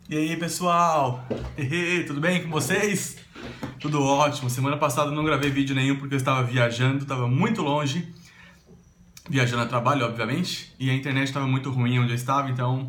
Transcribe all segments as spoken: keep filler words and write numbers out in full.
E aí, pessoal? Ehe, tudo bem com vocês? Tudo ótimo. Semana passada eu não gravei vídeo nenhum porque eu estava viajando, estava muito longe, viajando a trabalho, obviamente, e a internet estava muito ruim onde eu estava, então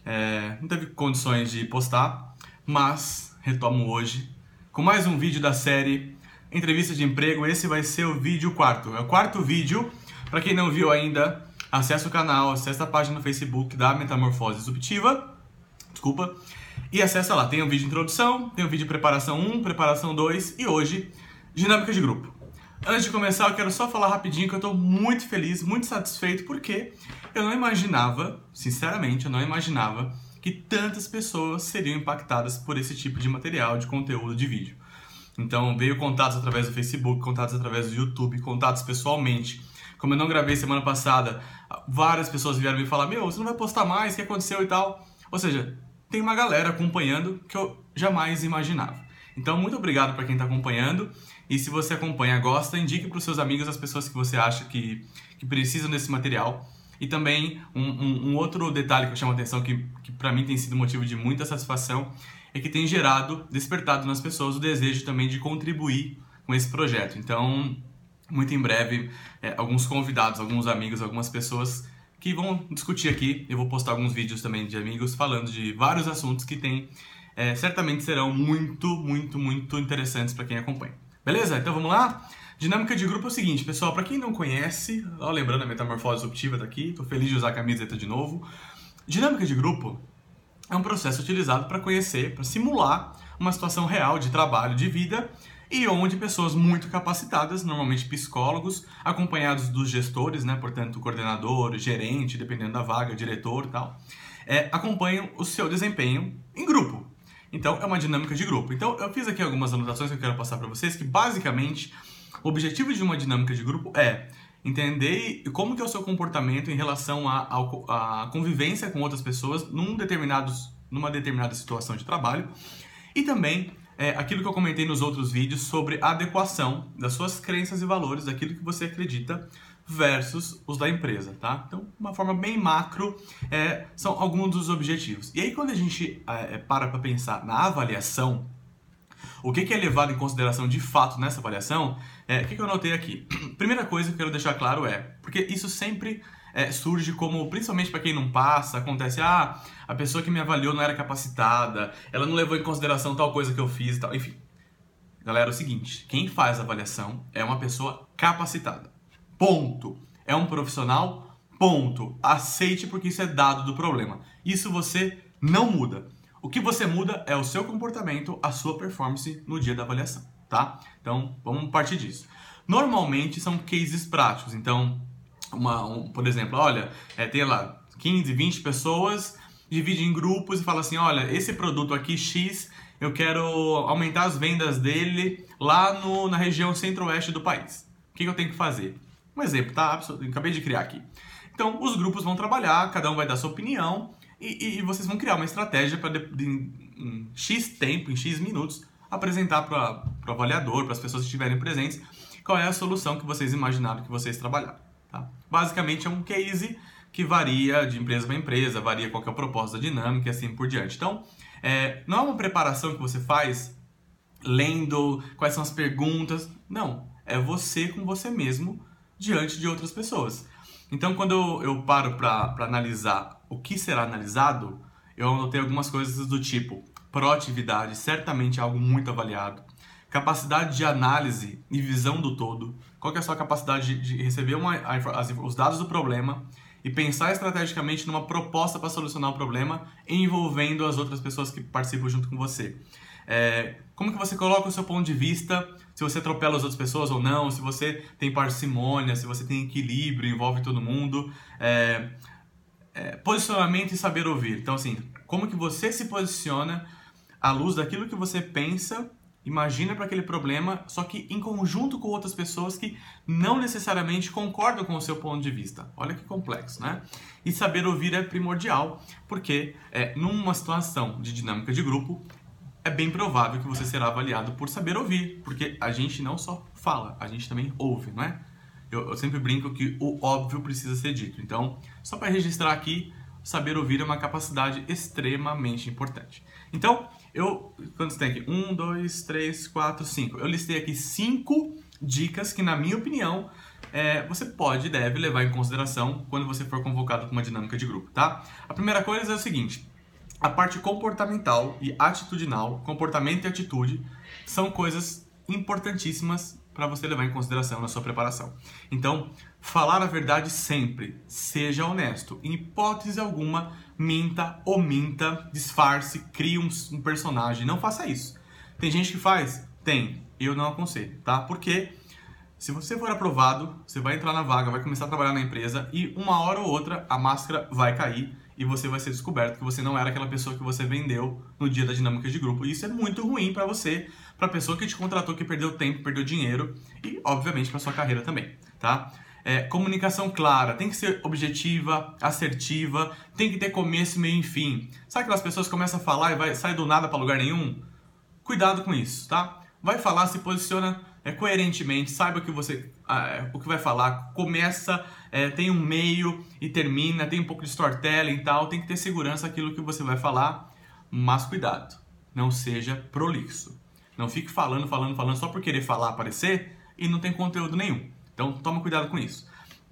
é, não teve condições de postar, mas retomo hoje com mais um vídeo da série Entrevista de Emprego. Esse vai ser o vídeo quarto. É o quarto vídeo. Para quem não viu ainda, acessa o canal, acessa a página no Facebook da Metamorfose Disruptiva. Desculpa. E acessa lá, tem um vídeo de introdução, tem um vídeo de preparação um, preparação dois e hoje, dinâmica de grupo. Antes de começar, eu quero só falar rapidinho que eu estou muito feliz, muito satisfeito, porque eu não imaginava, sinceramente, eu não imaginava que tantas pessoas seriam impactadas por esse tipo de material, de conteúdo, de vídeo. Então, veio contatos através do Facebook, contatos através do YouTube, contatos pessoalmente. Como eu não gravei semana passada, várias pessoas vieram me falar: meu, você não vai postar mais, o que aconteceu e tal? Ou seja, tem uma galera acompanhando que eu jamais imaginava. Então, muito obrigado para quem está acompanhando. E se você acompanha, gosta, indique para os seus amigos as pessoas que você acha que, que precisam desse material. E também, um, um, um outro detalhe que eu chamo a atenção, que, que para mim tem sido motivo de muita satisfação, é que tem gerado, despertado nas pessoas o desejo também de contribuir com esse projeto. Então, muito em breve, é, alguns convidados, alguns amigos, algumas pessoas que vão discutir aqui. Eu vou postar alguns vídeos também de amigos falando de vários assuntos que tem, é, certamente serão muito, muito, muito interessantes para quem acompanha. Beleza? Então vamos lá? Dinâmica de grupo é o seguinte, pessoal, para quem não conhece, ó, lembrando, a Metamorfose Disruptiva tá aqui, tô feliz de usar a camiseta de novo. Dinâmica de grupo é um processo utilizado para conhecer, para simular uma situação real de trabalho, de vida, e onde pessoas muito capacitadas, normalmente psicólogos, acompanhados dos gestores, né, portanto, coordenador, gerente, dependendo da vaga, diretor e tal, é, acompanham o seu desempenho em grupo. Então, é uma dinâmica de grupo. Então, eu fiz aqui algumas anotações que eu quero passar para vocês, que basicamente, o objetivo de uma dinâmica de grupo é entender como que é o seu comportamento em relação à convivência com outras pessoas num determinados, numa determinada situação de trabalho, e também é, aquilo que eu comentei nos outros vídeos sobre a adequação das suas crenças e valores, daquilo que você acredita versus os da empresa, tá? Então, uma forma bem macro, é, são alguns dos objetivos. E aí, quando a gente é, para para pensar na avaliação, o que, que é levado em consideração de fato nessa avaliação, é, o que, que eu anotei aqui? Primeira coisa que eu quero deixar claro é, porque isso sempre é, surge como, principalmente para quem não passa, acontece, ah, a pessoa que me avaliou não era capacitada, ela não levou em consideração tal coisa que eu fiz e tal, enfim. Galera, é o seguinte, quem faz a avaliação é uma pessoa capacitada. Ponto. É um profissional? Ponto. Aceite, porque isso é dado do problema. Isso você não muda. O que você muda é o seu comportamento, a sua performance no dia da avaliação, tá? Então, vamos partir disso. Normalmente são cases práticos. Então, uma, um, por exemplo, olha, é, tem lá quinze, vinte pessoas, divide em grupos e fala assim, olha, esse produto aqui, X, eu quero aumentar as vendas dele lá no, na região centro-oeste do país. O que, que eu tenho que fazer? Um exemplo, tá? Eu acabei de criar aqui. Então, os grupos vão trabalhar, cada um vai dar sua opinião e, e vocês vão criar uma estratégia para, em X tempo, em X minutos, apresentar para o avaliador, para as pessoas que estiverem presentes, qual é a solução que vocês imaginaram que vocês trabalharam. Tá? Basicamente, é um case que varia de empresa para empresa, varia qual que é o propósito da dinâmica e assim por diante. Então, é, não é uma preparação que você faz lendo quais são as perguntas. Não, é você com você mesmo diante de outras pessoas. Então, quando eu, eu paro para analisar o que será analisado, eu anotei algumas coisas do tipo proatividade, certamente é algo muito avaliado, capacidade de análise e visão do todo, qual que é a sua capacidade de, de receber uma, as, os dados do problema e pensar estrategicamente numa proposta para solucionar o problema envolvendo as outras pessoas que participam junto com você. É, como que você coloca o seu ponto de vista, se você atropela as outras pessoas ou não, se você tem parcimônia, se você tem equilíbrio, envolve todo mundo, é, é, posicionamento e saber ouvir. Então, assim, como que você se posiciona à luz daquilo que você pensa, imagina para aquele problema, só que em conjunto com outras pessoas que não necessariamente concordam com o seu ponto de vista. Olha que complexo, né? E saber ouvir é primordial, porque é, numa situação de dinâmica de grupo, é bem provável que você será avaliado por saber ouvir, porque a gente não só fala, a gente também ouve, não é? Eu, eu sempre brinco que o óbvio precisa ser dito. Então, só para registrar aqui saber ouvir é uma capacidade extremamente importante. Então, eu, quantos tem aqui? Um, dois, três, quatro, cinco. Eu listei aqui cinco dicas que, na minha opinião, é, você pode e deve levar em consideração quando você for convocado para uma dinâmica de grupo, tá? A primeira coisa é o seguinte: a parte comportamental e atitudinal, comportamento e atitude, são coisas importantíssimas para você levar em consideração na sua preparação. Então, falar a verdade sempre, seja honesto. Em hipótese alguma, minta, ominta, disfarce, crie um, um personagem. Não faça isso. Tem gente que faz? Tem. Eu não aconselho, tá? Porque se você for aprovado, você vai entrar na vaga, vai começar a trabalhar na empresa e uma hora ou outra a máscara vai cair e você vai ser descoberto que você não era aquela pessoa que você vendeu no dia da dinâmica de grupo. E isso é muito ruim para você, para a pessoa que te contratou, que perdeu tempo, perdeu dinheiro e, obviamente, para sua carreira também, tá? É, comunicação clara, tem que ser objetiva, assertiva, tem que ter começo, meio e fim. Sabe aquelas pessoas que começam a falar e vai, sai do nada para lugar nenhum? Cuidado com isso, tá? Vai falar, se posiciona é, coerentemente, saiba que você, é, o que vai falar, começa, é, tem um meio e termina, tem um pouco de storytelling e tal, tem que ter segurança naquilo que você vai falar, mas cuidado, não seja prolixo. Não fique falando, falando, falando só por querer falar, aparecer e não tem conteúdo nenhum. Então toma cuidado com isso.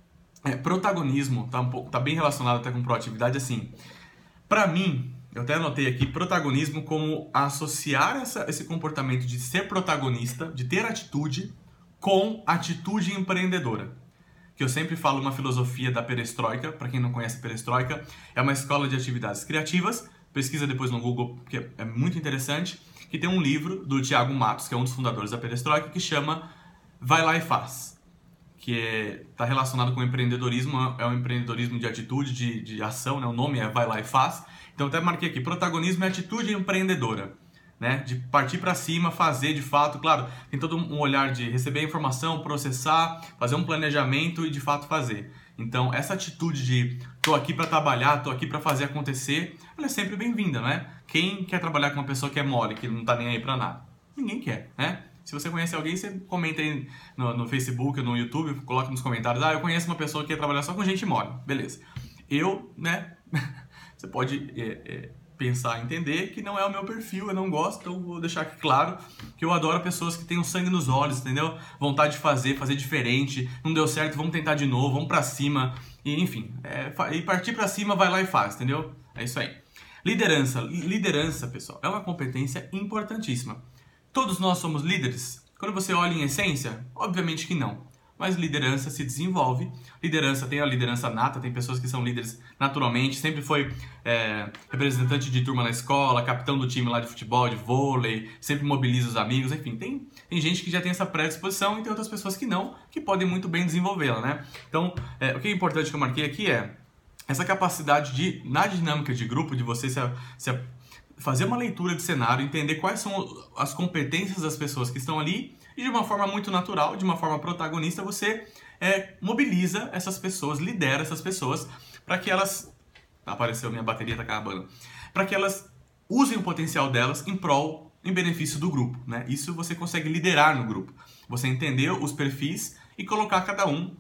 É, protagonismo, tá, um pouco, tá bem relacionado até com proatividade, assim. Pra mim, eu até anotei aqui, protagonismo como associar essa, esse comportamento de ser protagonista, de ter atitude, com atitude empreendedora. Que eu sempre falo uma filosofia da perestroika, para quem não conhece a perestroika, é uma escola de atividades criativas, pesquisa depois no Google, porque é muito interessante, que tem um livro do Thiago Matos, que é um dos fundadores da perestroika, que chama Vai Lá e Faz, que está relacionado com empreendedorismo, é um empreendedorismo de atitude, de, de ação, né? O nome é Vai Lá e Faz. Então até marquei aqui, protagonismo é atitude empreendedora, né? De partir para cima, fazer de fato, claro, tem todo um olhar de receber a informação, processar, fazer um planejamento e de fato fazer. Então essa atitude de tô aqui para trabalhar, tô aqui para fazer acontecer, ela é sempre bem-vinda, né? Quem quer trabalhar com uma pessoa que é mole, que não tá nem aí para nada? Ninguém quer, né? Se você conhece alguém, você comenta aí no, no Facebook, no YouTube, coloca nos comentários, ah, eu conheço uma pessoa que quer trabalhar só com gente mole. Beleza. Eu, né, você pode é, é, pensar, entender que não é o meu perfil, eu não gosto, então vou deixar aqui claro que eu adoro pessoas que têm o sangue nos olhos, entendeu? Vontade de fazer, fazer diferente, não deu certo, vamos tentar de novo, vamos pra cima, e enfim, é, e partir pra cima, vai lá e faz, entendeu? É isso aí. Liderança. Liderança, pessoal, é uma competência importantíssima. Todos nós somos líderes? Quando você olha em essência, obviamente que não. Mas liderança se desenvolve. Liderança tem a liderança nata, tem pessoas que são líderes naturalmente. Sempre foi é, representante de turma na escola, capitão do time lá de futebol, de vôlei, sempre mobiliza os amigos, enfim. Tem, tem gente que já tem essa predisposição e tem outras pessoas que não, que podem muito bem desenvolvê-la, né? Então, é, o que é importante que eu marquei aqui é essa capacidade de, na dinâmica de grupo, de você se, se fazer uma leitura de cenário, entender quais são as competências das pessoas que estão ali e de uma forma muito natural, de uma forma protagonista, você é, mobiliza essas pessoas, lidera essas pessoas para que elas... Apareceu, minha bateria está acabando. Para que elas usem o potencial delas em prol, em benefício do grupo, né? Isso você consegue liderar no grupo. Você entender os perfis e colocar cada um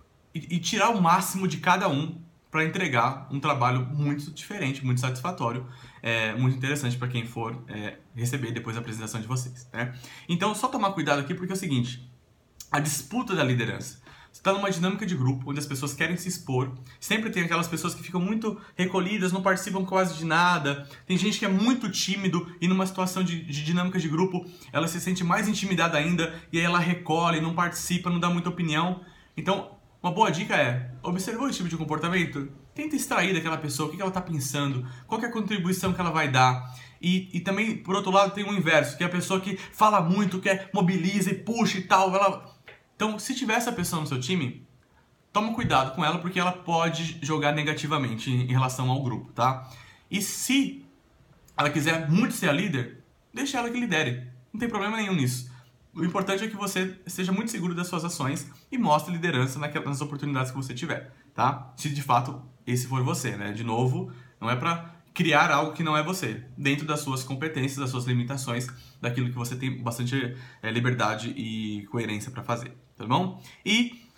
e, e tirar o máximo de cada um para entregar um trabalho muito diferente, muito satisfatório, é, muito interessante para quem for é, receber depois a apresentação de vocês, né? Então, só tomar cuidado aqui porque é o seguinte, a disputa da liderança. Você está numa dinâmica de grupo, onde as pessoas querem se expor, sempre tem aquelas pessoas que ficam muito recolhidas, não participam quase de nada, tem gente que é muito tímido e numa situação de, de dinâmica de grupo, ela se sente mais intimidada ainda, e aí ela recolhe, não participa, não dá muita opinião. Então, uma boa dica é, observou esse tipo de comportamento? Tenta extrair daquela pessoa o que ela está pensando, qual que é a contribuição que ela vai dar. E, e também, por outro lado, tem o inverso, que é a pessoa que fala muito, que mobiliza e puxa e tal. Ela... Então, se tiver essa pessoa no seu time, toma cuidado com ela, porque ela pode jogar negativamente em relação ao grupo, tá? E se ela quiser muito ser a líder, deixa ela que lidere. Não tem problema nenhum nisso. O importante é que você esteja muito seguro das suas ações e mostre liderança nas oportunidades que você tiver, tá? Se de fato esse for você, né? De novo, não é para criar algo que não é você, dentro das suas competências, das suas limitações, daquilo que você tem bastante é, liberdade e coerência para fazer, tá bom? E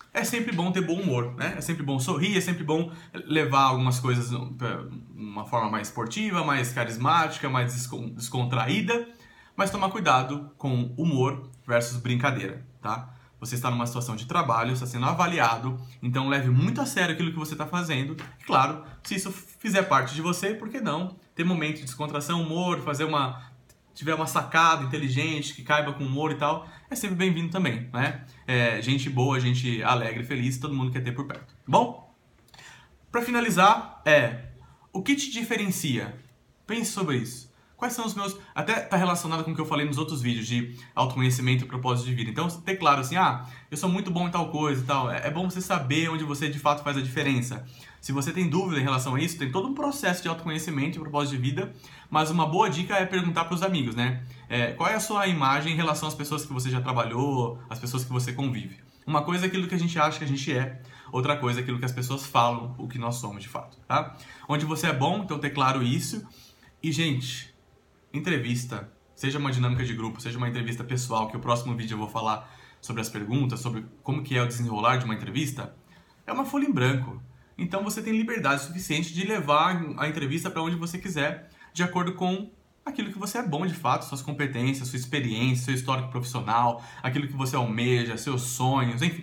é sempre bom ter bom humor, né? É sempre bom sorrir, é sempre bom levar algumas coisas de uma forma mais esportiva, mais carismática, mais descontraída, mas tomar cuidado com humor versus brincadeira, tá? Você está numa situação de trabalho, está sendo avaliado, então leve muito a sério aquilo que você está fazendo. E claro, se isso fizer parte de você, por que não ter momento de descontração, humor, fazer uma... tiver uma sacada inteligente, que caiba com humor e tal, é sempre bem-vindo também, né? É, gente boa, gente alegre, feliz, todo mundo quer ter por perto. Bom, para finalizar, é o que te diferencia? Pense sobre isso. Quais são os meus... Até tá relacionado com o que eu falei nos outros vídeos de autoconhecimento e propósito de vida. Então, ter claro assim, ah, eu sou muito bom em tal coisa e tal. É bom você saber onde você de fato faz a diferença. Se você tem dúvida em relação a isso, tem todo um processo de autoconhecimento e propósito de vida, mas uma boa dica é perguntar para os amigos, né? É, qual é a sua imagem em relação às pessoas que você já trabalhou, às pessoas que você convive? Uma coisa é aquilo que a gente acha que a gente é, outra coisa é aquilo que as pessoas falam, o que nós somos de fato, tá? Onde você é bom, então ter claro isso. E, gente... entrevista, seja uma dinâmica de grupo, seja uma entrevista pessoal, que o próximo vídeo eu vou falar sobre as perguntas, sobre como que é o desenrolar de uma entrevista, é uma folha em branco. Então você tem liberdade suficiente de levar a entrevista para onde você quiser, de acordo com aquilo que você é bom de fato, suas competências, sua experiência, seu histórico profissional, aquilo que você almeja, seus sonhos, enfim.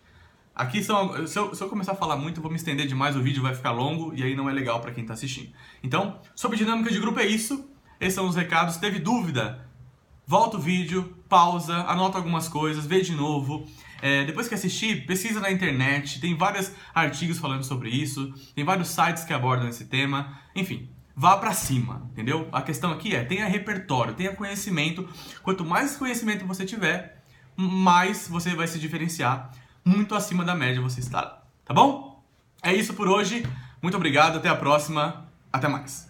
Aqui são, se eu, se eu começar a falar muito, eu vou me estender demais, o vídeo vai ficar longo e aí não é legal para quem está assistindo. Então, sobre dinâmica de grupo é isso. Esses são os recados. Teve dúvida? Volta o vídeo, pausa, anota algumas coisas, vê de novo. É, depois que assistir, pesquisa na internet, tem vários artigos falando sobre isso, tem vários sites que abordam esse tema. Enfim, vá pra cima, entendeu? A questão aqui é, tenha repertório, tenha conhecimento. Quanto mais conhecimento você tiver, mais você vai se diferenciar. Muito acima da média você estará, tá bom? É isso por hoje. Muito obrigado, até a próxima. Até mais.